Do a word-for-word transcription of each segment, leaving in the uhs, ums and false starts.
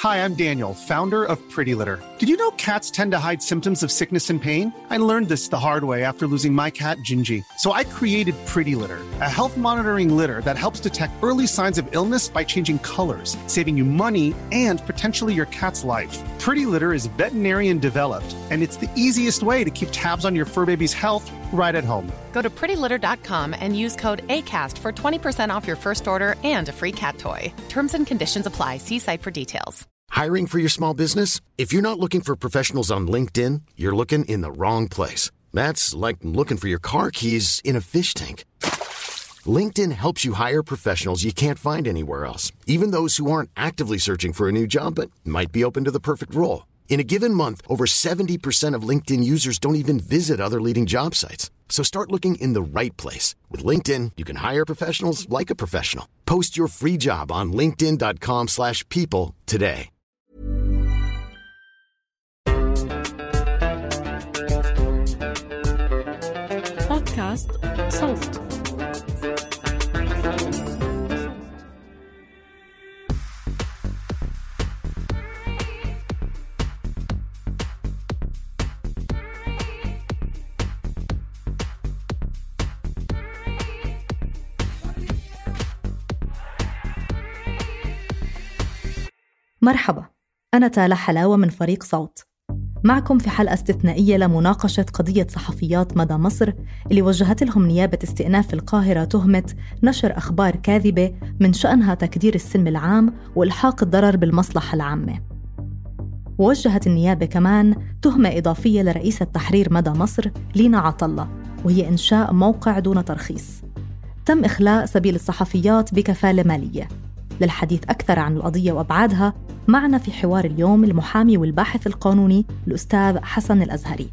Hi, I'm Daniel, founder of Pretty Litter. Did you know cats tend to hide symptoms of sickness and pain? I learned this the hard way after losing my cat, Gingy. So I created Pretty Litter, a health monitoring litter that helps detect early signs of illness by changing colors, saving you money and potentially your cat's life. Pretty Litter is veterinarian developed, and it's the easiest way to keep tabs on your fur baby's health right at home. Go to pretty litter dot com and use code ACAST for twenty percent off your first order and a free cat toy. Terms and conditions apply. See site for details. Hiring for your small business? If you're not looking for professionals on LinkedIn, you're looking in the wrong place. That's like looking for your car keys in a fish tank. LinkedIn helps you hire professionals you can't find anywhere else, even those who aren't actively searching for a new job but might be open to the perfect role. In a given month, over seventy percent of LinkedIn users don't even visit other leading job sites. So start looking in the right place. With LinkedIn, you can hire professionals like a professional. Post your free job on linkedin dot com slash people today. بودكاست صوت. مرحبا، أنا تالا حلاوة من فريق صوت، معكم في حلقة استثنائية لمناقشة قضية صحفيات مدى مصر اللي وجهت لهم نيابة استئناف القاهرة تهمة نشر أخبار كاذبة من شأنها تكدير السلم العام وإلحاق الضرر بالمصلحة العامة. ووجهت النيابة كمان تهمة إضافية لرئيسة تحرير مدى مصر لينا عطلة، وهي إنشاء موقع دون ترخيص. تم إخلاء سبيل الصحفيات بكفالة مالية. للحديث أكثر عن القضية وأبعادها معنا في حوار اليوم المحامي والباحث القانوني الأستاذ حسن الأزهري.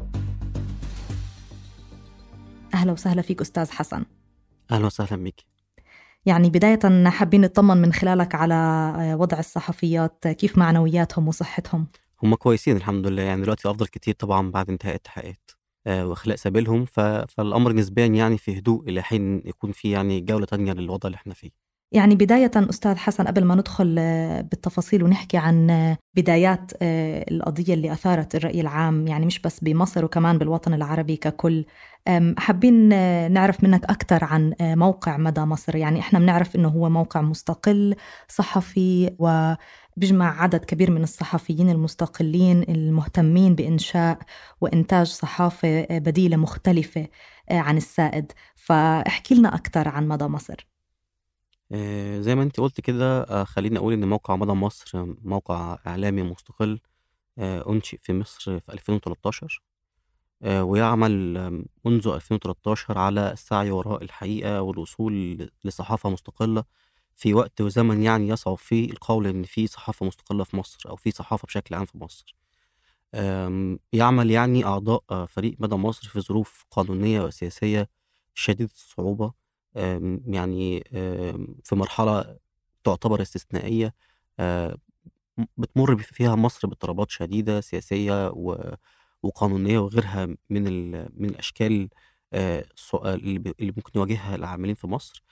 أهلا وسهلا فيك أستاذ حسن. أهلا وسهلا بك. يعني بداية حابين نطمن من خلالك على وضع الصحفيات، كيف معنوياتهم وصحتهم؟ هم كويسين الحمد لله، يعني دلوقتي أفضل كتير طبعا بعد انتهاء التحقيقات آه وإخلاء سبيلهم، فالأمر نسبيا يعني في هدوء إلى حين يكون في يعني جولة تانية للوضع اللي احنا فيه. يعني بداية أستاذ حسن، قبل ما ندخل بالتفاصيل ونحكي عن بدايات القضية اللي أثارت الرأي العام، يعني مش بس بمصر وكمان بالوطن العربي ككل، حابين نعرف منك أكثر عن موقع مدى مصر. يعني إحنا بنعرف إنه هو موقع مستقل صحفي وبيجمع عدد كبير من الصحفيين المستقلين المهتمين بإنشاء وإنتاج صحافة بديلة مختلفة عن السائد، فاحكي لنا أكثر عن مدى مصر. آه زي ما انت قلت كده، آه خليني اقول ان موقع مدى مصر موقع اعلامي مستقل آه انشئ في مصر في ألفين وثلاثة عشر، آه ويعمل آه منذ ألفين وثلاثة عشر على السعي وراء الحقيقة والوصول لصحافة مستقلة في وقت وزمن يعني يصعب فيه القول ان في صحافة مستقلة في مصر او في صحافة بشكل عام في مصر. آه يعمل يعني اعضاء آه فريق مدى مصر في ظروف قانونية وسياسية شديدة الصعوبة، يعني في مرحلة تعتبر استثنائية بتمر فيها مصر باضطرابات شديدة سياسية وقانونية وغيرها من من الأشكال اللي ممكن يواجهها العاملين في مصر.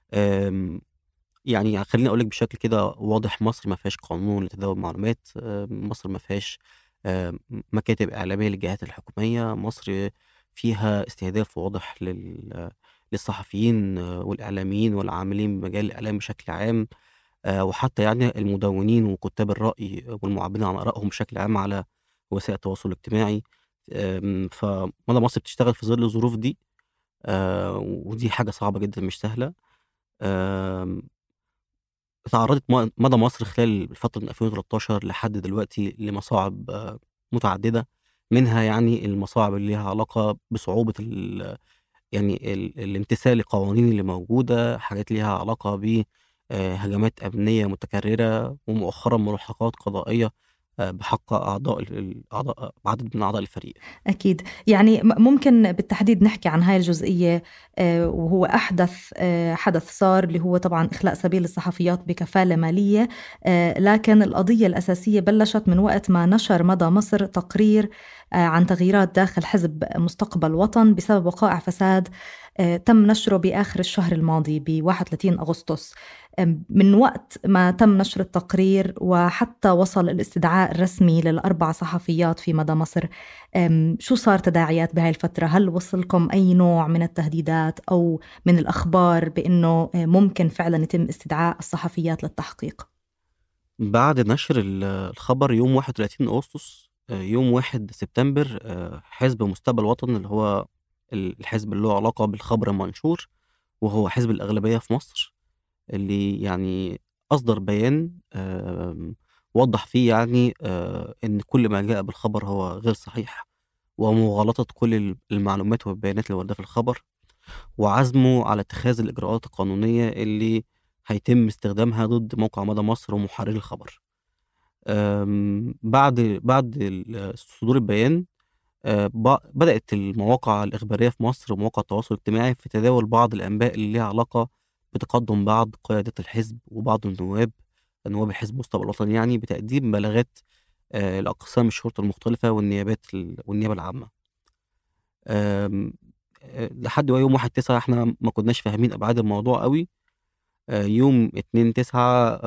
يعني خليني أقول لك بشكل كده واضح، مصر ما فيهاش قانون لتداول معلومات، مصر ما فيهاش مكاتب إعلامية للجهات الحكومية، مصر فيها استهداف واضح لل للصحفيين والإعلاميين والعاملين بمجال الإعلام بشكل عام، وحتى يعني المدونين وكتاب الرأي والمعبرين عن آرائهم بشكل عام على وسائل التواصل الاجتماعي. فمدى مصر بتشتغل في ظل الظروف دي، ودي حاجة صعبة جدا مش سهلة. تعرضت مدى مصر خلال الفترة من ألفين وثلاثة عشر لحد دلوقتي لمصاعب متعددة، منها يعني المصاعب اللي لها علاقة بصعوبة يعني الامتثال للقوانين اللي موجودة، حاجات ليها علاقة بهجمات أمنية متكررة، ومؤخرا ملاحقات قضائية بحق أعضاء الأعضاء عدد من أعضاء الفريق. أكيد، يعني ممكن بالتحديد نحكي عن هاي الجزئية، وهو أحدث حدث صار اللي هو طبعا إخلاء سبيل الصحفيات بكفالة مالية، لكن القضية الأساسية بلشت من وقت ما نشر مدى مصر تقرير عن تغييرات داخل حزب مستقبل وطن بسبب وقائع فساد تم نشره بآخر الشهر الماضي ب واحد وثلاثين أغسطس. من وقت ما تم نشر التقرير وحتى وصل الاستدعاء الرسمي للأربع صحفيات في مدى مصر، شو صار تداعيات بهاي الفترة؟ هل وصلكم أي نوع من التهديدات أو من الأخبار بأنه ممكن فعلا يتم استدعاء الصحفيات للتحقيق؟ بعد نشر الخبر يوم واحد وثلاثين أغسطس، يوم واحد سبتمبر، حزب مستقبل وطن اللي هو الحزب اللي له علاقة بالخبر المنشور وهو حزب الأغلبية في مصر، اللي يعني أصدر بيان وضح فيه يعني إن كل ما جاء بالخبر هو غير صحيح ومغالطة كل المعلومات والبيانات اللي واردة في الخبر، وعزمه على اتخاذ الإجراءات القانونية اللي هيتم استخدامها ضد موقع مدى مصر ومحرري الخبر. بعد بعد صدور البيان بدأت المواقع الإخبارية في مصر ومواقع التواصل الاجتماعي في تداول بعض الأنباء اللي لها علاقة بتقدم بعض قيادة الحزب وبعض النواب نواب الحزب مستقبل الوطن يعني بتقديم بلاغات لأقسام الشرطة المختلفة والنيابات والنيابة العامة. لحد يوم واحد تسعة احنا ما كناش فاهمين أبعاد الموضوع قوي. يوم اتنين تسعة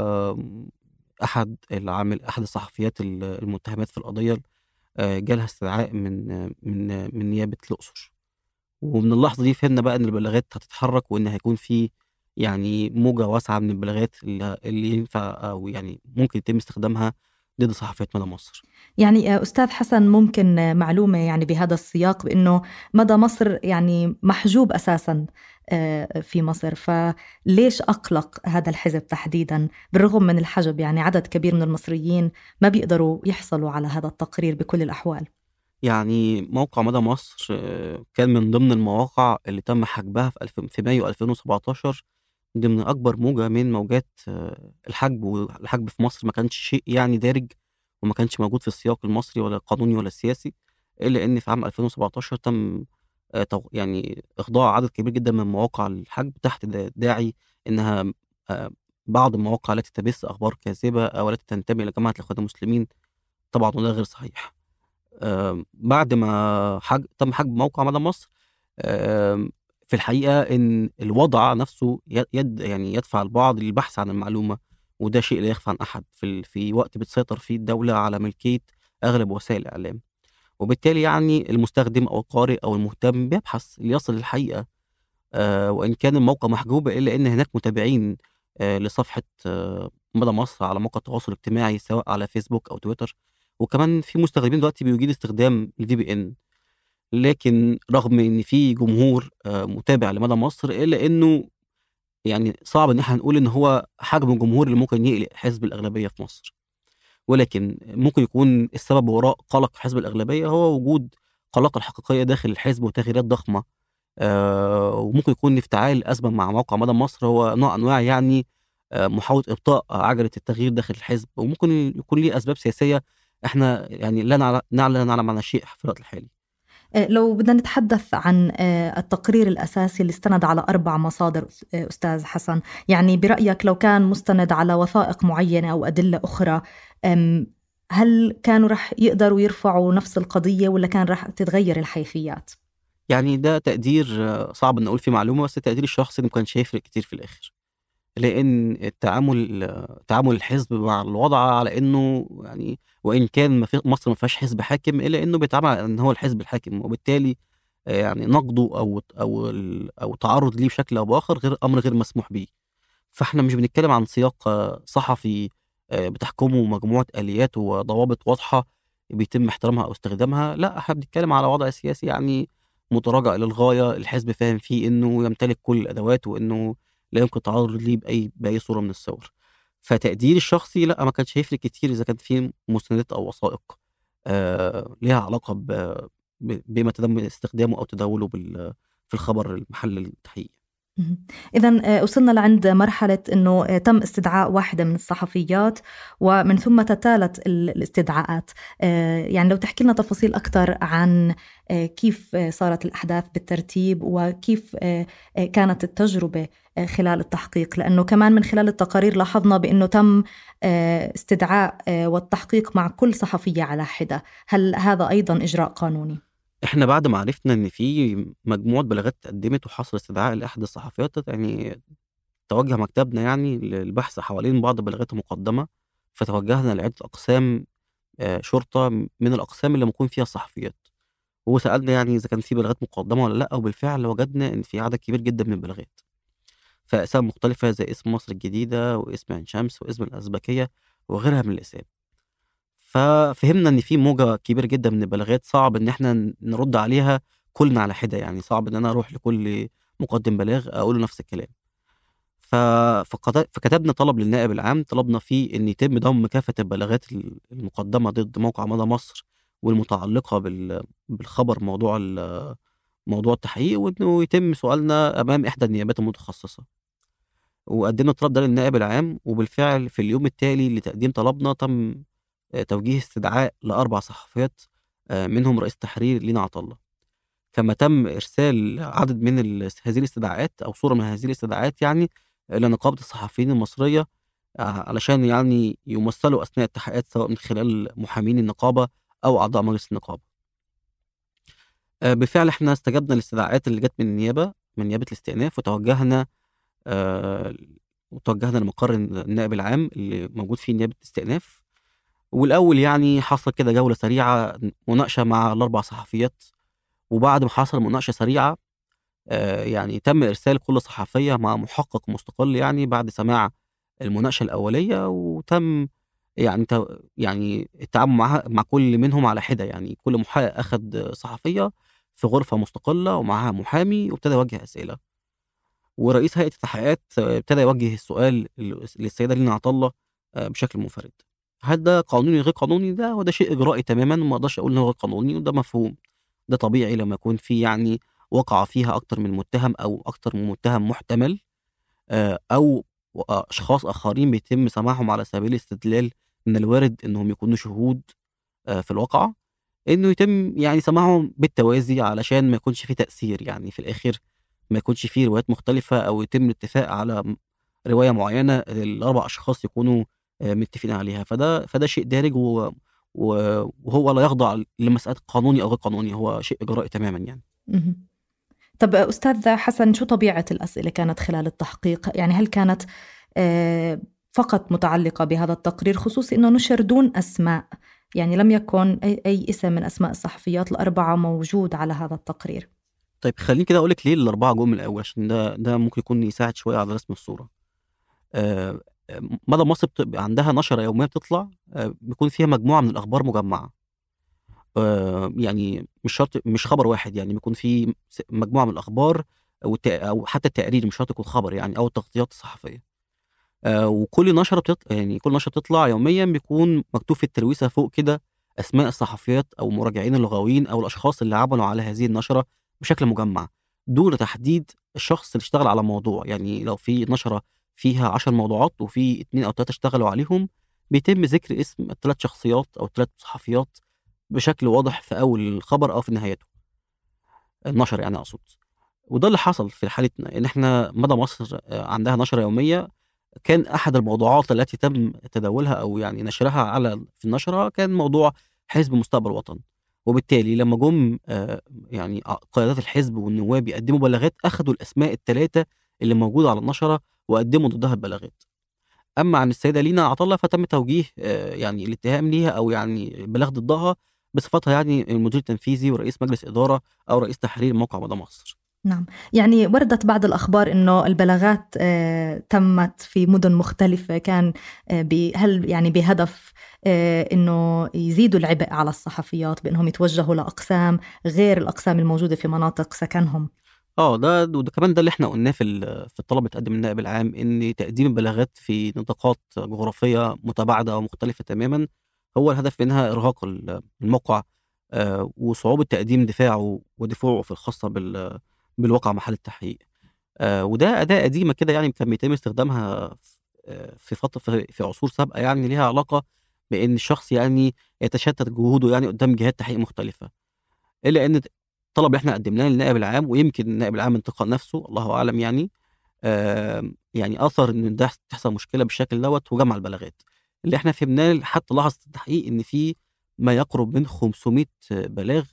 أحد العامل أحد الصحفيات المتهمات في القضية جالها استدعاء من من من نيابة الأقصر، ومن اللحظة دي فهمنا بقى إن البلاغات هتتحرك وإن هيكون في يعني موجة واسعة من البلاغات اللي, اللي ينفع أو يعني ممكن يتم استخدامها ضد صحفيات مدى مصر. يعني أستاذ حسن، ممكن معلومة يعني بهذا السياق بأنه مدى مصر يعني محجوب أساساً في مصر، فليش أقلق هذا الحزب تحديداً بالرغم من الحجب؟ يعني عدد كبير من المصريين ما بيقدروا يحصلوا على هذا التقرير بكل الأحوال. يعني موقع مدى مصر كان من ضمن المواقع اللي تم حجبها في, في مايو ألفين وسبعتاشر ضمن أكبر موجة من موجات الحجب، والحجب في مصر ما كانش شيء يعني دارج وما كانش موجود في السياق المصري ولا القانوني ولا السياسي، إلا إن في عام ألفين وسبعتاشر تم يعني إخضاع عدد كبير جدا من مواقع الحجب تحت داعي إنها بعض المواقع التي تبث أخبار كاذبة أو التي تنتمي إلى جماعة الإخوان المسلمين، طبعا وده غير صحيح. بعد ما حج... تم حجب موقع مدى مصر، في الحقيقة إن الوضع نفسه يد يعني يدفع البعض للبحث عن المعلومة، وده شيء لا يخفى عن أحد في في وقت بتسيطر فيه الدولة على ملكية أغلب وسائل الإعلام، وبالتالي يعني المستخدم أو القارئ أو المهتم بيبحث ليصل للحقيقة. آه وإن كان الموقع محجوب إلا إن هناك متابعين آه لصفحة آه مدى مصر على مواقع التواصل الاجتماعي سواء على فيسبوك أو تويتر، وكمان في مستخدمين دلوقتي بيجيد استخدام الفي بي إن. لكن رغم إن في جمهور آه متابع لمدى مصر إلا إنه يعني صعب إن احنا نقول إن هو حجم الجمهور اللي ممكن يقلق حزب الأغلبية في مصر، ولكن ممكن يكون السبب وراء قلق حزب الأغلبية هو وجود قلق الحقيقية داخل الحزب وتغييرات ضخمة. آه وممكن يكون افتعال أزمة مع موقع مدى مصر هو نوع أنواع يعني آه محاولة إبطاء عجلة التغيير داخل الحزب، وممكن يكون ليه أسباب سياسية احنا يعني لا نعلم لا نعلم عنها شيء في الوقت الحالي. لو بدنا نتحدث عن التقرير الأساسي اللي استند على أربع مصادر أستاذ حسن، يعني برأيك لو كان مستند على وثائق معينة أو أدلة أخرى، هل كانوا رح يقدروا يرفعوا نفس القضية ولا كان رح تتغير الحيثيات؟ يعني ده تقدير صعب أن نقول فيه معلومة، بس التقدير الشخصي اللي ممكن هيفرق كتير في الآخر، لأن التعامل تعامل الحزب مع الوضع على إنه يعني وإن كان مصر ما فيهاش حزب حاكم إلا إنه بيتعامل على إن هو الحزب الحاكم، وبالتالي يعني نقده أو أو أو تعرض ليه بشكل أو بآخر غير أمر غير مسموح به. فإحنا مش بنتكلم عن سياق صحفي بتحكمه مجموعة آليات وضوابط واضحة بيتم احترامها أو استخدامها، لا احنا بنتكلم على وضع سياسي يعني متراجع للغاية، الحزب فاهم فيه إنه يمتلك كل الأدوات وإنه لا يمكن تعرض ليه بأي بأي صورة من الصور. فتقديري الشخصي لا ما كانش هيفرق كتير إذا كان في مستندات أو وثائق آه ليها علاقة بما تم استخدامه أو تداوله في الخبر المحل التحقيقي. إذن وصلنا لعند مرحلة أنه تم استدعاء واحدة من الصحفيات ومن ثم تتالت الاستدعاءات، يعني لو تحكي لنا تفاصيل أكثر عن كيف صارت الأحداث بالترتيب وكيف كانت التجربة خلال التحقيق، لأنه كمان من خلال التقارير لاحظنا بأنه تم استدعاء والتحقيق مع كل صحفية على حدة، هل هذا أيضا إجراء قانوني؟ إحنا بعد ما عرفنا إن في مجموعة بلاغات اتقدمت وحصل استدعاء لأحد الصحفيات، يعني توجه مكتبنا يعني للبحث حوالين بعض البلاغات المقدمة، فتوجهنا لعدة أقسام آآ شرطة من الأقسام اللي موجود فيها الصحفيات، وسألنا يعني إذا كان في بلاغات مقدمة والّا لأ، وبالفعل وجدنا إن في عدد كبير جدًا من البلاغات، في أقسام مختلفة زي اسم مصر الجديدة واسم عين شمس واسم الأزبكية وغيرها من الأقسام. ففهمنا إن في موجة كبيرة جدًا من البلاغات صعب إن إحنا ن نرد عليها كُلّنا على حدة، يعني صعب إن أنا أروح لكل مقدم بلاغ أقول له نفس الكلام. ف فكت فكتبنا طلب للنائب العام، طلبنا فيه إن يتم ضم كافة البلاغات ال المقدمة ضد موقع مدى مصر والمتعلقة بال بالخبر موضوع ال موضوع التحقيق، وإنه يتم سؤالنا أمام إحدى النيابات المتخصصة. وقدمنا الطلب ده للنائب العام، وبالفعل في اليوم التالي لتقديم طلبنا تم آآ توجيه استدعاء لأربع صحفيات آآ منهم رئيس تحرير لينا عطلة. كما تم إرسال عدد من ال هذه الاستدعاءات أو صورة من هذه الاستدعاءات يعني إلى نقابة الصحفيين المصرية ع علشان يعني يُمثّلوا أثناء التحقيقات سواء من خلال محامين النقابة أو أعضاء مجلس النقابة. آآ بالفعل إحنا استجبنا للاستدعاءات اللي جات من النيابة، من نيابة الاستئناف، وتوجهنا آآ وتوجهنا لمقر الن النائب العام اللي موجود فيه نيابة الاستئناف، والأول يعني حصل كده جولة سريعة مناقشة مع الأربع صحفيات، وبعد ما حصل مناقشة سريعة آآ يعني تم إرسال كل صحفية مع محقق مستقل يعني بعد سماع المناقشة الأولية، وتم يعني ت يعني التعامل معاها مع كل منهم على حدة، يعني كل محقق أخد صحفية في غرفة مستقلة ومعاها محامي وابتدى يوجه أسئلة، ورئيس هيئة التحقيقات آه، ابتدى يوجه السؤال لل للسيدة لينا عطلة آآ بشكل منفرد. هل ده قانوني غير قانوني؟ ده هو ده شيء إجرائي تمامًا، وما أقدرش أقول إن هو غير قانوني، وده مفهوم. ده طبيعي لمّا يكون في يعني وقع فيها أكتر من متهم أو أكتر من متهم محتمل آآ أو أشخاص آخرين بيتم سماعهم على سبيل الاستدلال من الوارد إنهم يكونوا شهود آآ في الواقعة، إنه يتم يعني سماعهم بالتوازي علشان ما يكونش في تأثير، يعني في الآخر ما يكونش في روايات مختلفة أو يتم الاتفاق على م رواية معينة الأربع أشخاص يكونوا آآ متفقين عليها، فده فده شيء دارج و و وهو لا يخضع لمسألة قانوني أو غير قانوني، هو شيء إجرائي تمامًا يعني. اهم. طب أستاذ حسن، شو طبيعة الأسئلة كانت خلال التحقيق؟ يعني هل كانت آه، فقط متعلقة بهذا التقرير، خصوصي أنه نشر دون أسماء، يعني لم يكن أي, أي اسم من أسماء الصحفيات الأربعة موجود على هذا التقرير؟ طيب خلّيني كده أقول لِك ليه الأربعة جُم من الأول، عشان ده ده ممكن يكون يساعد شوية على رسم الصورة. آآ مدى مصر بتبقى عندها نشرة يومية بتطلع آآ بيكون فيها مجموعة من الأخبار مجمّعة. آآ يعني مش شرط مش خبر واحد، يعني بيكون في س مجموعة من الأخبار والت أو حتى التقرير مش شرط يكون خبر يعني أو التغطيات الصحفية. آآ وكل نشرة بتط يعني كل نشرة بتطلع يوميًا بيكون مكتوب في الترويسة فوق كده أسماء الصحفيات أو المراجعين اللغويين أو الأشخاص اللي عملوا على هذه النشرة بشكل مجمّع، دون تحديد الشخص اللي اشتغل على موضوع، يعني لو في نشرة فيها عشر موضوعات وفي اتنين أو تلاتة اشتغلوا عليهم، بيتم ذكر اسم الثلاث شخصيات أو الثلاث صحفيات بشكل واضح في أول الخبر أو في نهايته، النشرة يعني أقصد. وده اللي حصل في حالتنا، إن إحنا مدى مصر آآ عندها نشرة يومية، كان أحد الموضوعات التي تم تداولها أو يعني نشرها على في النشرة كان موضوع حزب مستقبل وطن، وبالتالي لمّا جُم آآ يعني أ قيادات الحزب والنواب يقدّموا بلاغات، أخدوا الأسماء التلاتة اللي موجودة على النشرة وقدّموا ضدها البلاغات. أمّا عن السيدة لينا عطلة فتم توجيه آآ يعني الاتهام ليها أو يعني البلاغ ضدها بصفتها يعني المدير التنفيذي ورئيس مجلس إدارة أو رئيس تحرير موقع مدى مصر. نعم، يعني وردت بعض الأخبار إنه البلاغات آه، تمت في مدن مختلفة، كان آه، ب- هل يعني بهدف آه، إنه يزيدوا العبء على الصحفيات بأنهم يتوجهوا لأقسام غير الأقسام الموجودة في مناطق سكنهم؟ آه، ده وده كمان ده اللي إحنا قُلناه في ال في الطلب اللي اتقدم للنائب العام، إن تقديم البلاغات في نطاقات جغرافية متباعدة ومختلفة تمامًا، هو الهدف منها إرهاق ال الموقع آآ، وصعوبة تقديم دفاعه ودفوعه في الخاصة بال بالواقع محل التحقيق. آآ، وده أداة قديمة كده يعني كان بيتم استخدامها ف آآ، في فت في في عصور سابقة يعني ليها علاقة بإن الشخص يعني يتشتت جهوده يعني قدّام جهات تحقيق مختلفة. إلا إن الطلب اللي إحنا قدمناه للنائب العام ويمكن النائب العام من تلقاء نفسه الله أعلم يعني آمم، يعني أثَر إن ده تحصل مشكلة بالشكل دوّة وجمع البلاغات. اللي إحنا فهمناه حتى لحظة التحقيق إن في ما يقرب من خمسمية بلاغ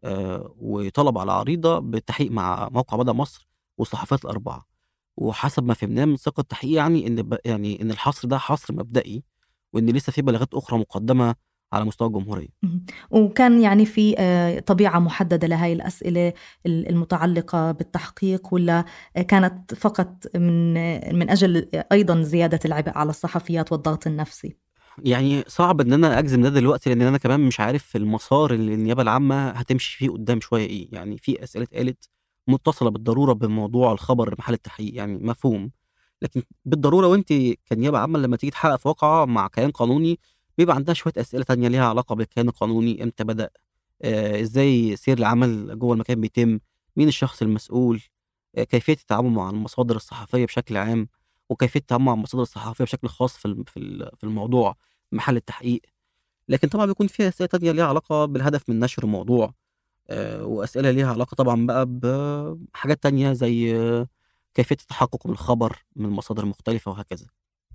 آه، وطلب على عريضة بالتحقيق مع موقع مدى مصر والصحفيات الأربعة. وحسب ما فهمناه من سياق التحقيق يعني إن ب... يعني إن الحصر ده حصر مبدئي، وإن لسه في بلاغات أخرى مقدمة على مستوى الجمهورية. مهم. وكان يعني في آه، طبيعة محددة لهاي الأسئلة ال- المتعلقة بالتحقيق، ولا آه، كانت فقط من آه، من أجل أيضا زيادة العبء على الصحفيات والضغط النفسي؟ يعني صعب إن أنا أجزم ده دلوقتي، لأن أنا كمان مش عارف المسار اللي النيابة العامة هتمشي فيه قدام شوية إيه. يعني في أسئلة اتقالت متصلة بالضرورة بموضوع الخبر محل التحقيق، يعني مفهوم، لكن بالضرورة وأنت كنيابة عامة لما تيجي تحقق في واقعة مع كيان قانوني بيبقى عندها شوية أسئلة تانية ليها علاقة بالكيان القانوني، إمتى بدأ، آه، إزاي سير العمل جوه المكان بيتم، مين الشخص المسؤول، آه، كيفية التعامل مع المصادر الصحفية بشكل عام، وكيفية التعامل مع المصادر الصحفية بشكل خاص في الم- في ال- في الموضوع محل التحقيق. لكن طبعا بيكون فيها أسئلة تانية ليها علاقة بالهدف من نشر الموضوع، آه، وأسئلة ليها علاقة طبعا بقى بحاجات تانية زي آه، كيفية التحقق من الخبر من مصادر مختلفة وهكذا.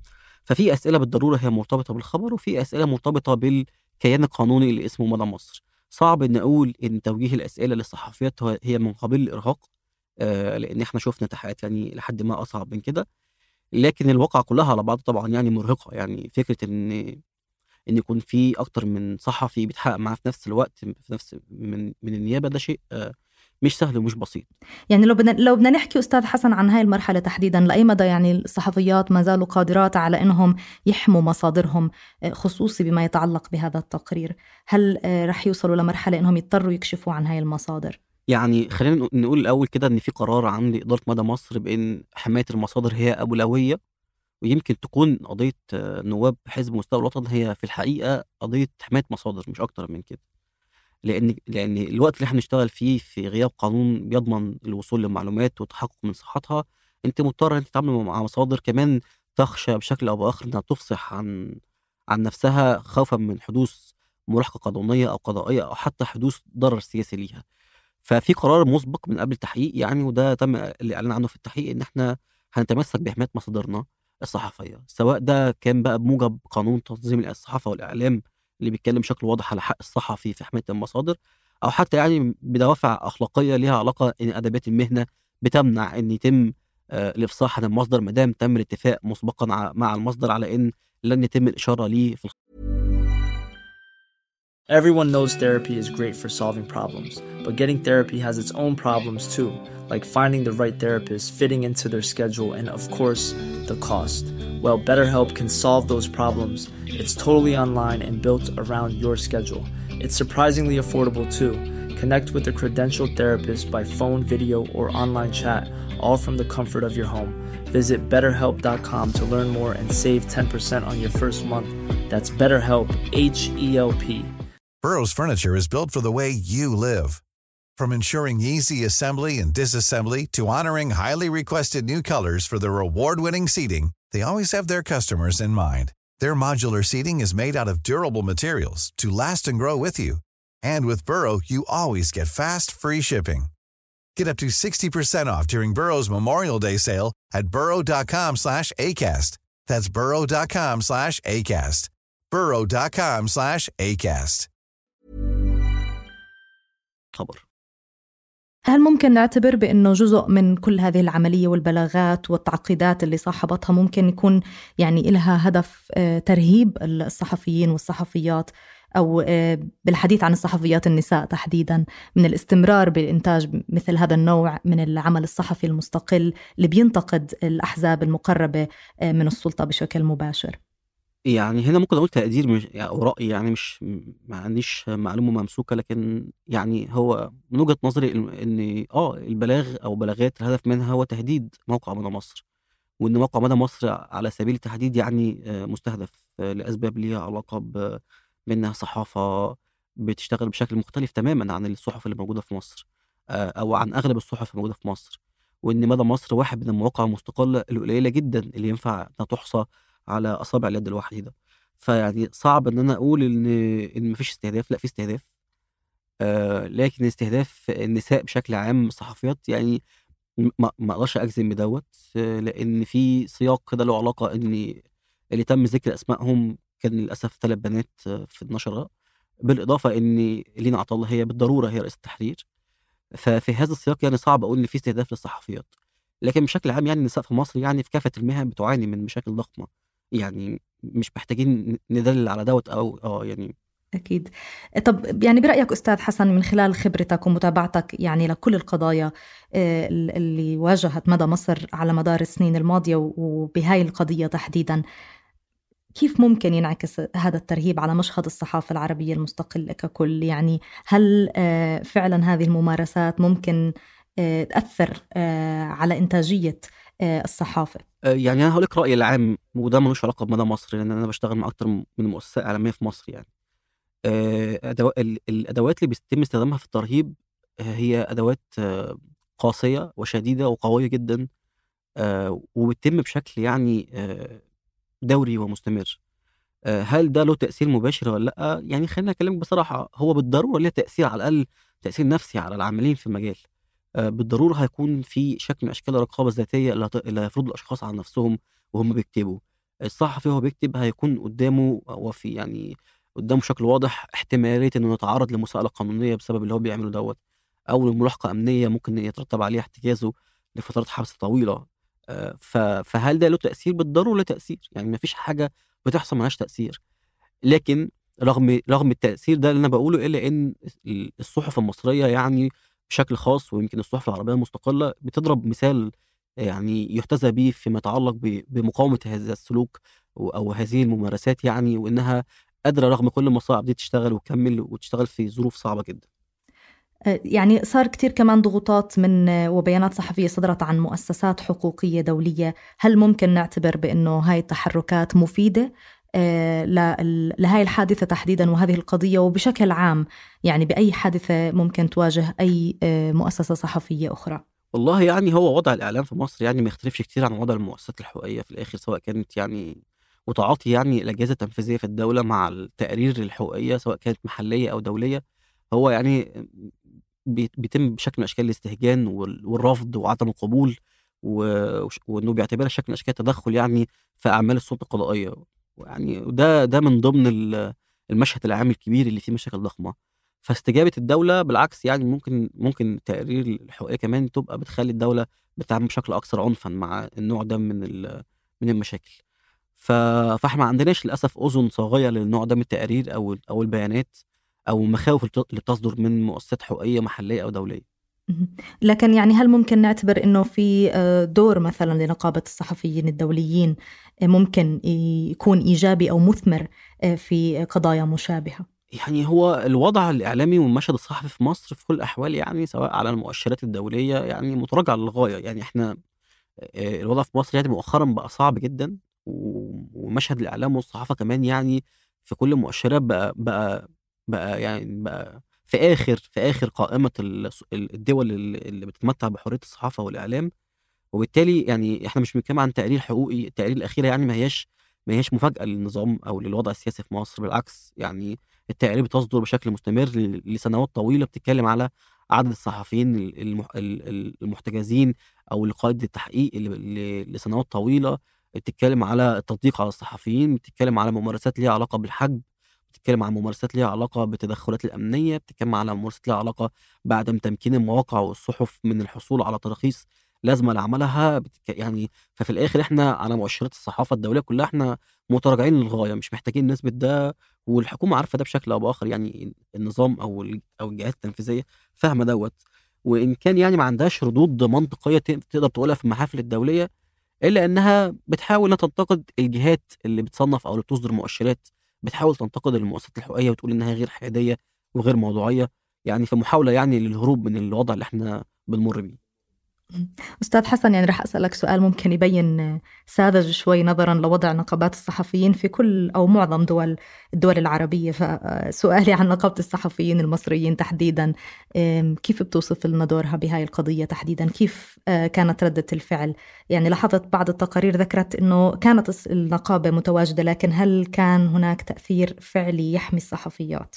ففي أسئلة بالضرورة هي مرتبطة بالخبر، وفي أسئلة مرتبطة بالكيان القانوني اللي اسمه مدى مصر. صعب إن أقول إن توجيه الأسئلة للصحفيات هو- هي من قبيل الإرهاق، آه، لأن إحنا شفنا تحقيقات يعني لحد ما أصعب من كده، لكن الواقعة كلها على بعض طبعا يعني مرهقة. يعني فكرة إن إن يكون في أكتر من صحفي بيتحقق معاه في نفس الوقت في نفس من من النيابة، ده شيء آه، مش سهل ومش بسيط. يعني لو بدنا لو بدنا نحكي أستاذ حسن عن هاي المرحلة تحديدا، لأي مدى يعني الصحفيات ما زالوا قادرات على أنهم يحموا مصادرهم، آه، خصوصي بما يتعلق بهذا التقرير؟ هل آه، رح يوصلوا لمرحلة أنهم يضطروا يكشفوا عن هاي المصادر؟ يعني خلينا نقو- نقول الأول كده إن في قرار عند إدارة مدى مصر بإن حماية المصادر هي أولوية، ويمكن تكون قضية آه، نواب حزب مستقبل الوطن هي في الحقيقة قضية حماية مصادر مش أكتر من كده. لأن لأن الوقت اللي احنا نشتغل فيه في غياب قانون بيضمن الوصول للمعلومات والتحقق من صحتها، أنت مضطر أنت تتعامل مع مصادر كمان تخشى بشكل أو بآخر إنها تفصح عن عن نفسها خوفا من حدوث ملاحقة قانونية أو قضائية أو حتى حدوث ضرر سياسي ليها. ففي قرار مسبق من قبل التحقيق يعني، وده تم الإعلان عنه في التحقيق، إن إحنا هنتمسك بحماية مصادرنا الصحفية، سواء ده كان بقى بموجب قانون تنظيم الصحافة والإعلام اللي بيتكلم بشكل واضح على حق الصحفي في حماية المصادر، أو حتى يعني بدوافع أخلاقية ليها علاقة إن أدبيات المهنة بتمنع إن يتم آه، الإفصاح عن المصدر ما دام تم الاتفاق مسبقا ع- مع المصدر على إن لن يتم الإشارة ليه في Everyone knows therapy is great for solving problems, but getting therapy has its own problems too, like finding the right therapist, fitting into their schedule, and of course, the cost. Well, BetterHelp can solve those problems. It's totally online and built around your schedule. It's surprisingly affordable too. Connect with a credentialed therapist by phone, video, or online chat, all from the comfort of your home. Visit better help dot com to learn more and save ten percent on your first month. That's BetterHelp, H E L P. Burrow's furniture is built for the way you live. From ensuring easy assembly and disassembly to honoring highly requested new colors for their award-winning seating, they always have their customers in mind. Their modular seating is made out of durable materials to last and grow with you. And with Burrow, you always get fast, free shipping. Get up to sixty percent off during Burrow's Memorial Day sale at burrow dot com slash acast. That's burrow dot com slash acast. burrow dot com slash acast. الخبر. هل ممكن نعتبر بأنه جزء من كل هذه العملية والبلاغات والتعقيدات اللي صاحبتها ممكن يكون يعني إلها هدف آه، ترهيب الصحفيين والصحفيات، أو آه، بالحديث عن الصحفيات النساء تحديداً، من الاستمرار بالإنتاج مثل هذا النوع من العمل الصحفي المستقل اللي بينتقد الأحزاب المقربة آه، من السلطة بشكل مباشر؟ يعني هنا ممكن أقول تقدير مش يعني أو رأي، يعني مش ما عنديش معلومة ممسوكة، لكن يعني هو من وجهة نظري إن إن آه البلاغ أو بلاغات الهدف منها هو تهديد موقع مدى مصر، وإن موقع مدى مصر على سبيل التحديد يعني آه، مستهدف آه، لأسباب ليها علاقة ب- بأنها صحافة بتشتغل بشكل مختلف تماما عن الصحف اللي موجودة في مصر، آه، أو عن أغلب الصحف الموجودة في مصر، وإن مدى مصر واحد من المواقع المستقلة القليلة جدا اللي ينفع إنها تحصى على أصابع اليد الواحدة. فيعني صعب إن أنا أقول إن إن مفيش استهداف، لا في استهداف، آه، لكن استهداف النساء بشكل عام الصحفيات يعني م- ما ما اقدرش اجزم بدوت، آه، لان في سياق كده له علاقه ان اللي تم ذكر اسمائهم كان للاسف ثلاث بنات آه، في النشره، بالإضافة إن لينا عطا الله هي بالضرورة هي رئيسة التحرير. ففي هذا السياق يعني صعب أقول إن في استهداف للصحفيات، لكن بشكل عام يعني النساء في مصر يعني في كافة المهن بتعاني من مشاكل ضخمة، يعني مش محتاجين ندلل على دوت أو آه يعني. أكيد. طب يعني برأيك أستاذ حسن من خلال خبرتك ومتابعتك يعني لكل القضايا آه، اللي واجهت مدى مصر على مدار السنين الماضية وبهاي القضية تحديدا، كيف ممكن ينعكس هذا الترهيب على مشهد الصحافة العربية المستقلة ككل؟ يعني هل آه، فعلا هذه الممارسات ممكن آه، تأثر آه، على إنتاجية آه، الصحافة؟ آه، يعني أنا هقول لك رأيي العام وده ملوش علاقة بمدى مصر، لأن أنا بشتغل مع أكتر من مؤسسة إعلامية في مصر. يعني آه، أدوا- ال- الأدوات اللي بيتم استخدامها في الترهيب آه، هي أدوات آه، قاسية وشديدة وقوية جدا، آه، وبتتم بشكل يعني آه، دوري ومستمر. آه، هل ده له تأثير مباشر ولا لأ؟ يعني خلينا أكلمك بصراحة، هو بالضرورة ليه تأثير، على الأقل تأثير نفسي على العاملين في المجال. آه، بالضرورة هيكون في شكل من أشكال الرقابة الذاتية اللي هت- اللي هيفرضوا الأشخاص على نفسهم وهم بيكتبوا. الصحفي وهو بيكتب هيكون قدامه وفي يعني قدامه بشكل واضح احتمالية إنه يتعرض لمساءلة قانونية بسبب اللي هو بيعمله دوت، أو لملاحقة أمنية ممكن يترتب عليها احتجازه لفترات حبس طويلة. آه، ف- فهل ده له تأثير؟ بالضرورة له تأثير، يعني مفيش حاجة بتحصل ملهاش تأثير. لكن رغم رغم التأثير ده اللي أنا باقوله، إلا إن ال الصحف المصرية يعني بشكل خاص، ويمكن الصحف العربية المستقلة بتضرب مثال يعني يُحتذى به فيما يتعلق ب بمقاومة هذا السلوك و أو هذه الممارسات يعني، وإنها قادرة رغم كل المصاعب دي تشتغل وتكمّل وتشتغل في ظروف صعبة جدًا. آه، يعني صار كتير كمان ضغوطات من آه، وبيانات صحفية صدرت عن مؤسسات حقوقية دولية. هل ممكن نعتبر بأنه هاي التحركات مفيدة آه، لل- لهاي الحادثة تحديدا وهذه القضية وبشكل عام، يعني بأي حادثة ممكن تواجه أي آه، مؤسسة صحفية أخرى؟ والله يعني هو وضع الإعلام في مصر يعني ما يختلفش كتير عن وضع المؤسسات الحقوقية في الآخر، سواء كانت يعني وتعاطي يعني الأجهزة التنفيذية في الدولة مع التقارير الحقوقية سواء كانت محلية أو دولية. هو يعني بي- بيتم بشكل من أشكال الاستهجان وال- والرفض وعدم القبول، و- وش- وإنه بيعتبرها شكل من أشكال التدخل يعني في أعمال السلطة القضائية. ويعني ده ده من ضمن ال- المشهد العام الكبير اللي فيه مشاكل ضخمة. فاستجابة الدولة بالعكس يعني ممكن ممكن التقارير الحقوقية كمان تبقى بتخلي الدولة بتتعامل بشكل أكثر عنفا مع النوع ده من ال- من المشاكل. ف... فاحنا ما عندناش للأسف أذن صاغية للنوع ده من التقارير أو أو البيانات أو المخاوف اللي بت- اللي بتصدر من مؤسسات حقوقية محلية أو دولية. مهم. لكن يعني هل ممكن نعتبر أنه في آه، دور مثلا لنقابة الصحفيين الدوليين آه، ممكن يكون إيجابي أو مثمر آه، في قضايا مشابهة؟ يعني هو الوضع الإعلامي والمشهد الصحفي في مصر في كل الأحوال يعني سواء على المؤشرات الدولية يعني متراجع للغاية. يعني احنا آه، الوضع في مصر يعني مؤخرا بقى صعب جدا، و- ومشهد الإعلام والصحافة كمان يعني في كل المؤشرات بقى بقى بقى يعني بقى في آخر في آخر قائمة ال- الدول اللي اللي بتتمتع بحرية الصحافة والإعلام. وبالتالي يعني إحنا مش بنتكلم عن تقرير حقوقي، التقارير الأخيرة يعني ما هياش ما هياش مفاجأة للنظام أو للوضع السياسي في مصر، بالعكس يعني التقارير بتصدر بشكل مستمر ل لسنوات طويلة بتتكلم على عدد الصحفيين ال المح ال ال المحتجزين أو القائد التحقيق ل ل لسنوات طويلة، بتتكلم على التضييق على الصحفيين، بتتكلم على ممارسات ليها علاقة بالحجب، بتتكلم عن ممارسات ليها علاقة بالتدخلات الأمنية، بتتكلم على ممارسات ليها علاقة بعدم تمكين المواقع والصحف من الحصول على تراخيص لازمة لعملها. بتك... يعني ففي الآخر إحنا على مؤشرات الصحافة الدولية كلها إحنا متراجعين للغاية، مش محتاجين نثبت ده، والحكومة عارفة ده بشكل أو بآخر. يعني النظام أو ال... أو الجهات التنفيذية فاهمة دوت، وإن كان يعني ما عندهاش ردود منطقية ت- تقدر تقولها في المحافل الدولية، إلا إنها بتحاول إنها تنتقد الجهات اللي بتصنف أو اللي بتصدر مؤشرات، بتحاول تنتقد المؤسسات الحقوقية وتقول إنها غير حيادية وغير موضوعية، يعني في محاولة يعني للهروب من الوضع اللي إحنا بنمر بيه. أستاذ حسن، يعني رح أسألك سؤال ممكن يبين ساذج شوي نظرا لوضع نقابات الصحفيين في كل أو معظم دول الدول العربية. فسؤالي عن نقابة الصحفيين المصريين تحديدا، أم، كيف بتوصف لنا دورها بهاي القضية تحديدا؟ كيف آه، كانت ردة الفعل؟ يعني لاحظت بعض التقارير ذكرت أنه كانت الس- النقابة متواجدة، لكن هل كان هناك تأثير فعلي يحمي الصحفيات؟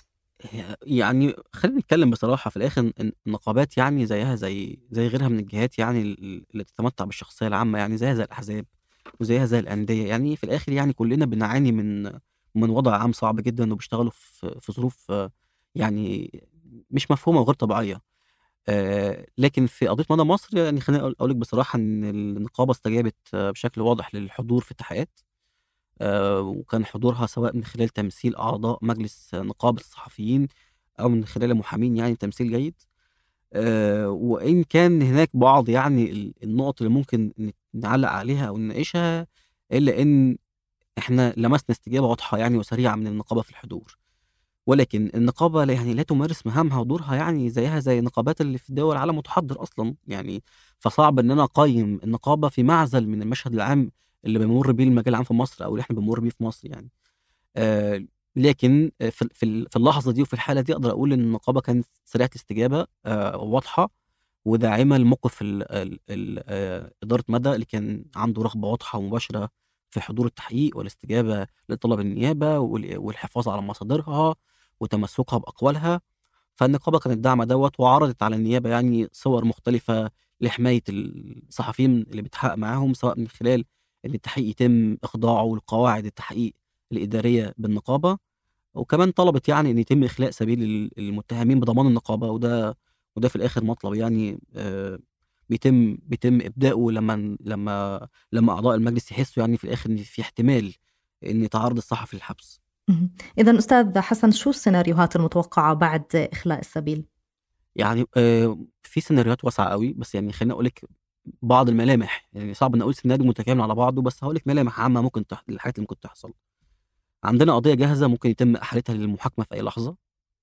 يعني خلينا نتكلم بصراحة في الآخر إن النقابات يعني زيها زي زي غيرها من الجهات يعني ال- اللي تتمتع بالشخصية العامة، يعني زيها زي الأحزاب وزيها زي الأندية. يعني في الآخر يعني كلنا بنعاني من ومن وضع عام صعب جدًا، وبيشتغلوا في في ظروف آه، يعني مش مفهومة وغير طبيعية. آآ لكن في قضية مدى مصر يعني خلّيني أقول أقول لِك بصراحة إن النقابة استجابت آه، بشكل واضح للحضور في التحقيقات. آآ وكان حضورها سواء من خلال تمثيل أعضاء مجلس نقابة الصحفيين أو من خلال المحامين يعني تمثيل جيد. آآ وإن كان هناك بعض يعني ال النقط اللي ممكن ن نعلّق عليها أو نناقشها، إلا إن إحنا لمسنا استجابة واضحة يعني وسريعة من النقابة في الحضور. ولكن النقابة لا يعني لا تمارس مهامها ودورها يعني زيها زي النقابات اللي في دول العالم المتحضر أصلًا، يعني فصعب إن أنا أقيّم النقابة في معزل من المشهد العام اللي بيمُر بيه المجال العام في مصر أو اللي إحنا بنمُر بيه في مصر يعني. آآ لكن آآ في ال في ال في اللحظة دي وفي الحالة دي أقدر أقول إن النقابة كانت سريعة الاستجابة آآ واضحة وداعمة لموقف ال ال ال آآ إدارة مدى اللي كان عنده رغبة واضحة ومباشرة في حضور التحقيق والاستجابة لطلب النيابة وال والحفاظ على مصادرها وتمسكها بأقوالها. فالنقابة كانت داعمة دوّة وعرضت على النيابة يعني صور مختلفة لحماية الصحفيين اللي بيتحقق معاهم، سواء من خلال إن التحقيق يتم إخضاعه لقواعد التحقيق الإدارية بالنقابة، وكمان طلبت يعني إن يتم إخلاء سبيل ال المتهمين بضمان النقابة، وده وده في الآخر مطلب يعني آآ بيتم بيتم إبداؤه لمّا ن لمّا لمّا أعضاء المجلس يحسّوا يعني في الآخر إن في احتمال إن يتعرض الصحفي للحبس. اهم. إذًا أستاذ حسن، شو السيناريوهات المتوقعة بعد إخلاء السبيل؟ يعني آآ في سيناريوهات واسعة أوي، بس يعني خلّيني أقول لِك بعض الملامح، يعني صعب إني أقول سيناريو متكامل على بعضه، بس هاقول لِك ملامح عامة ممكن تح للحاجات اللي ممكن تحصل. عندنا قضية جاهزة ممكن يتم إحالتها للمحاكمة في أي لحظة.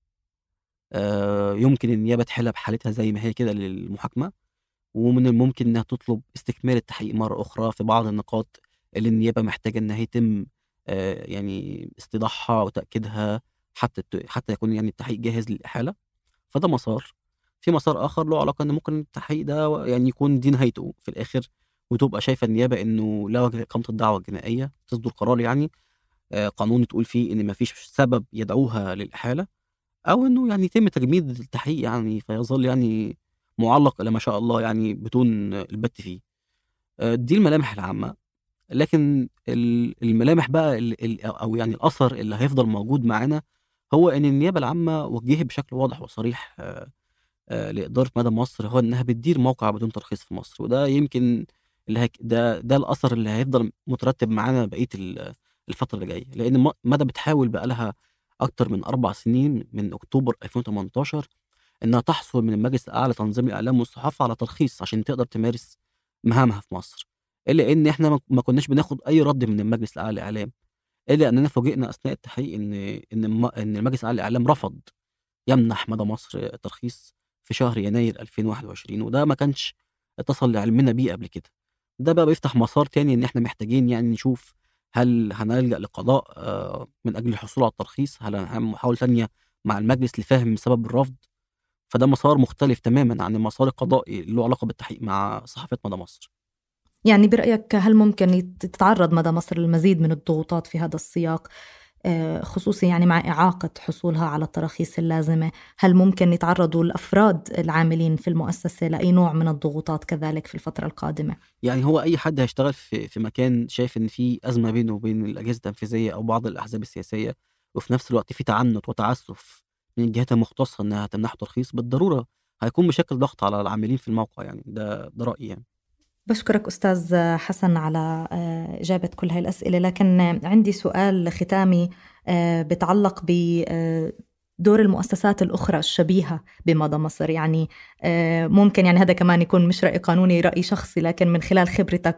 آآ يمكن النيابة تحيلها بحالتها زي ما هي كده للمحاكمة، ومن الممكن إنها تطلب استكمال التحقيق مرة أخرى في بعض النقاط اللي النيابة محتاجة إنها يتم آآ يعني استيضاحها وتأكيدها حتى ت حتى يكون يعني التحقيق جاهز للإحالة. فده مسار. في مسار آخر له علاقة إن ممكن التحقيق ده يعني يكون دي نهايته في الآخر، وتبقى شايفة النيابة إنه لا وجه لإقامة الدعوى الجنائية، تصدر قرار يعني آآ قانوني تقول فيه إن ما فيش سبب يدعوها للإحالة، أو إنه يعني يتم تجميد التحقيق يعني، فيظل يعني مُعلّق إلى ما شاء الله يعني بدون البت فيه. آآ دي الملامح العامة. لكن ال الملامح بقى ال ال أو يعني الأثر اللي هيفضل موجود معانا، هو إن النيابة العامة وجّهت بشكل واضح وصريح آآ لإدارة مدى مصر، هو إنها بتدير موقع بدون ترخيص في مصر، وده يمكن اللي هيك ده ده الأثر اللي هيفضل مترتب معانا بقية ال الفترة اللي جاية، لإن م مدى بتحاول بقى لها أكتر من أربع سنين من أكتوبر ألفين وتمنتاشر إنها تحصل من المجلس الأعلى لتنظيم الإعلام والصحافة على ترخيص عشان تقدر تمارس مهامها في مصر، إلا إن إحنا ما ما كناش بناخد أي رَد من المجلس الأعلى للإعلام، إلا أننا فوجئنا أثناء التحقيق إن إن الم إن المجلس الأعلى للإعلام رفض يمنح مدى مصر ترخيص في شهر يناير ألفين وواحد وعشرين، وده ما كانش اتصل لعلمنا بيه قبل كده. ده بقى بيفتح مسار تاني إن إحنا محتاجين يعني نشوف هل هنلجأ للقضاء آآ من أجل الحصول على الترخيص، هل هنعمل محاولة تانية مع المجلس لفهم سبب الرفض. فده مسار مختلف تمامًا عن المسار القضائي اللي له علاقة بالتحقيق مع صحافة مدى مصر. يعني برأيك هل ممكن يت تتعرّض مدى مصر للمزيد من الضغوطات في هذا السياق، آآ خصوصي يعني مع إعاقة حصولها على التراخيص اللازمة؟ هل ممكن يتعرّضوا الأفراد العاملين في المؤسسة لأي نوع من الضغوطات كذلك في الفترة القادمة؟ يعني هو أي حد هيشتغل في في مكان شايف إن في أزمة بينه وبين الأجهزة التنفيذية أو بعض الأحزاب السياسية، وفي نفس الوقت في تعنت وتعسف من الجهات المختصة إنها تمنحه ترخيص، بالضرورة هيكون بيشكل ضغط على العاملين في الموقع يعني، ده ده رأيي يعني. باشكرك أستاذ حسن على آه، إجابة كل هاي الأسئلة، لكن عندي سؤال ختامي آه، بتعلق بدور المؤسسات الأخرى الشبيهة بمدى مصر. يعني آه، ممكن يعني هذا كمان يكون مش رأي قانوني، رأي شخصي، لكن من خلال خبرتك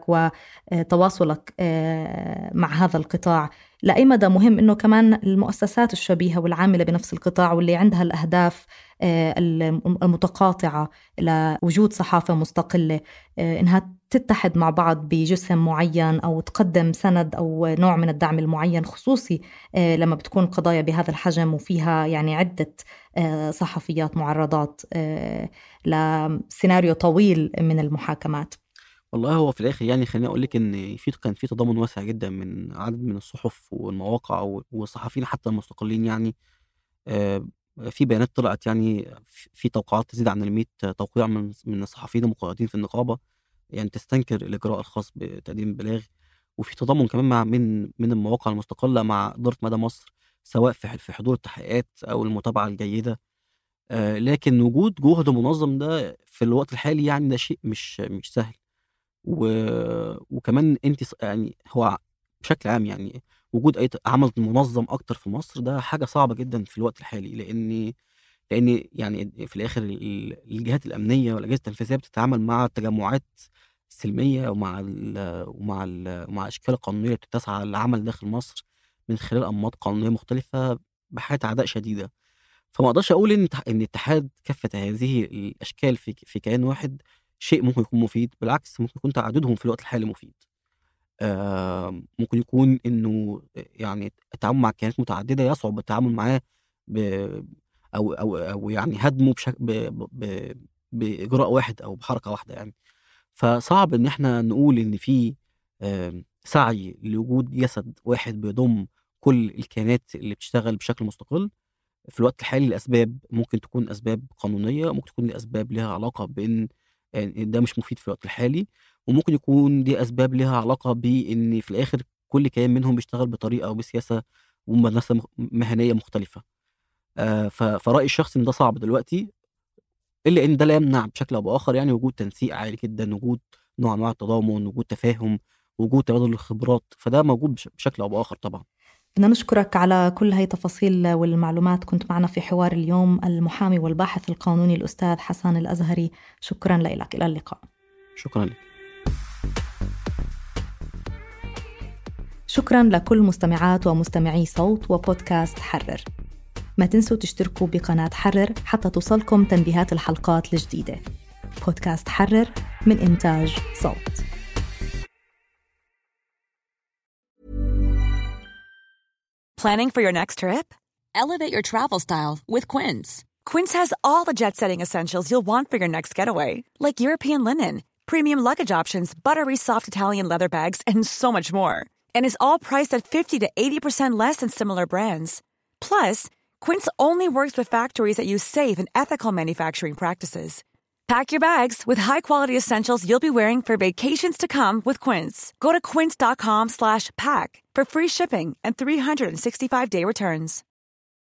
وتواصلك آه، مع هذا القطاع، لأي مدى مهم إنه كمان المؤسسات الشبيهة والعاملة بنفس القطاع واللي عندها الأهداف آه، المتقاطعة لوجود صحافة مستقلة آه، إنها تتحد مع بعض بجسم معين أو تقدم سند أو نوع من الدعم المعين، خصوصي آه، لما بتكون قضايا بهذا الحجم وفيها يعني عدة آه، صحفيات معرضات آه، لسيناريو طويل من المحاكمات. والله هو في الآخر يعني خلّيني أقول لِك إن في كان في تضامن واسع جدًا من عدد من الصحف والمواقع و والصحفيين حتى المستقلين يعني. آآ في بيانات طلعت يعني ف في توقيعات تزيد عن المِيّة توقيع من من الصحفيين المقيدين في النقابة، يعني تستنكر الإجراء الخاص بتقديم البلاغ، وفي تضامن كمان مع من من المواقع المستقلة مع إدارة مدى مصر، سواء في ح في حضور التحقيقات أو المتابعة الجيدة. آآ لكن وجود جهد منظم ده في الوقت الحالي يعني ده شيء مش مش سهل. و وكمان أنتِ ص يعني هو بشكل عام يعني وجود أي ت عمل منظم أكتر في مصر ده حاجة صعبة جدًا في الوقت الحالي، لإن لإن يعني في الآخر ال الجهات الأمنية والأجهزة التنفيذية بتتعامل مع التجمعات السلمية ومع ال ومع ال ومع الأشكال القانونية اللي بتسعى للعمل داخل مصر من خلال أنماط قانونية مختلفة بحالة عداء شديدة. فما أقدرش أقول إن اتح إن اتحاد كافة هذه الأشكال في ك في كيان واحد شيء ممكن يكون مفيد، بالعكس ممكن يكون تعددهم في الوقت الحالي مفيد. آآ ممكن يكون إنه يعني التعامل مع كيانات متعددة يصعب التعامل معاه ب أو أو أو يعني هدمه بشك ب ب ب بإجراء واحد أو بحركة واحدة يعني. فصعب إن إحنا نقول إن في آمم سعي لوجود جسد واحد بيضم كل الكيانات اللي بتشتغل بشكل مستقل. في الوقت الحالي لأسباب ممكن تكون أسباب قانونية، ممكن تكون لأسباب ليها علاقة بإن آآ ده مش مفيد في الوقت الحالي، وممكن يكون دي أسباب ليها علاقة بإن في الآخر كل كيان منهم بيشتغل بطريقة وبسياسة وممارسة مخ مهنية مختلفة. آآ ف فرأيي الشخصي إن ده صعب دلوقتي، إلا إن ده لا يمنع بشكل أو بآخر يعني وجود تنسيق عالي جدًا، وجود نوع من أنواع التضامن، وجود تفاهم، وجود تبادل الخبرات، فده موجود بش بشكل أو بآخر طبعًا. بدنا نشكرك على كل هاي التفاصيل والمعلومات. كنت معنا في حوار اليوم المحامي والباحث القانوني الأستاذ حسن الأزهري. شكرا لك. إلى اللقاء. شكرا لك. شكرا لكل مستمعات ومستمعي صوت وبودكاست حرر. ما تنسوا تشتركوا بقناة حرر حتى توصلكم تنبيهات الحلقات الجديدة. بودكاست حرر من إنتاج صوت. Planning for your next trip? Elevate your travel style with Quince. Quince has all the jet-setting essentials you'll want for your next getaway, like European linen, premium luggage options, buttery soft Italian leather bags, and so much more. And is all priced at fifty to eighty percent less than similar brands. Plus, Quince only works with factories that use safe and ethical manufacturing practices. Pack your bags with high-quality essentials you'll be wearing for vacations to come with Quince. Go to quince dot com slash pack for free shipping and three hundred sixty-five day returns.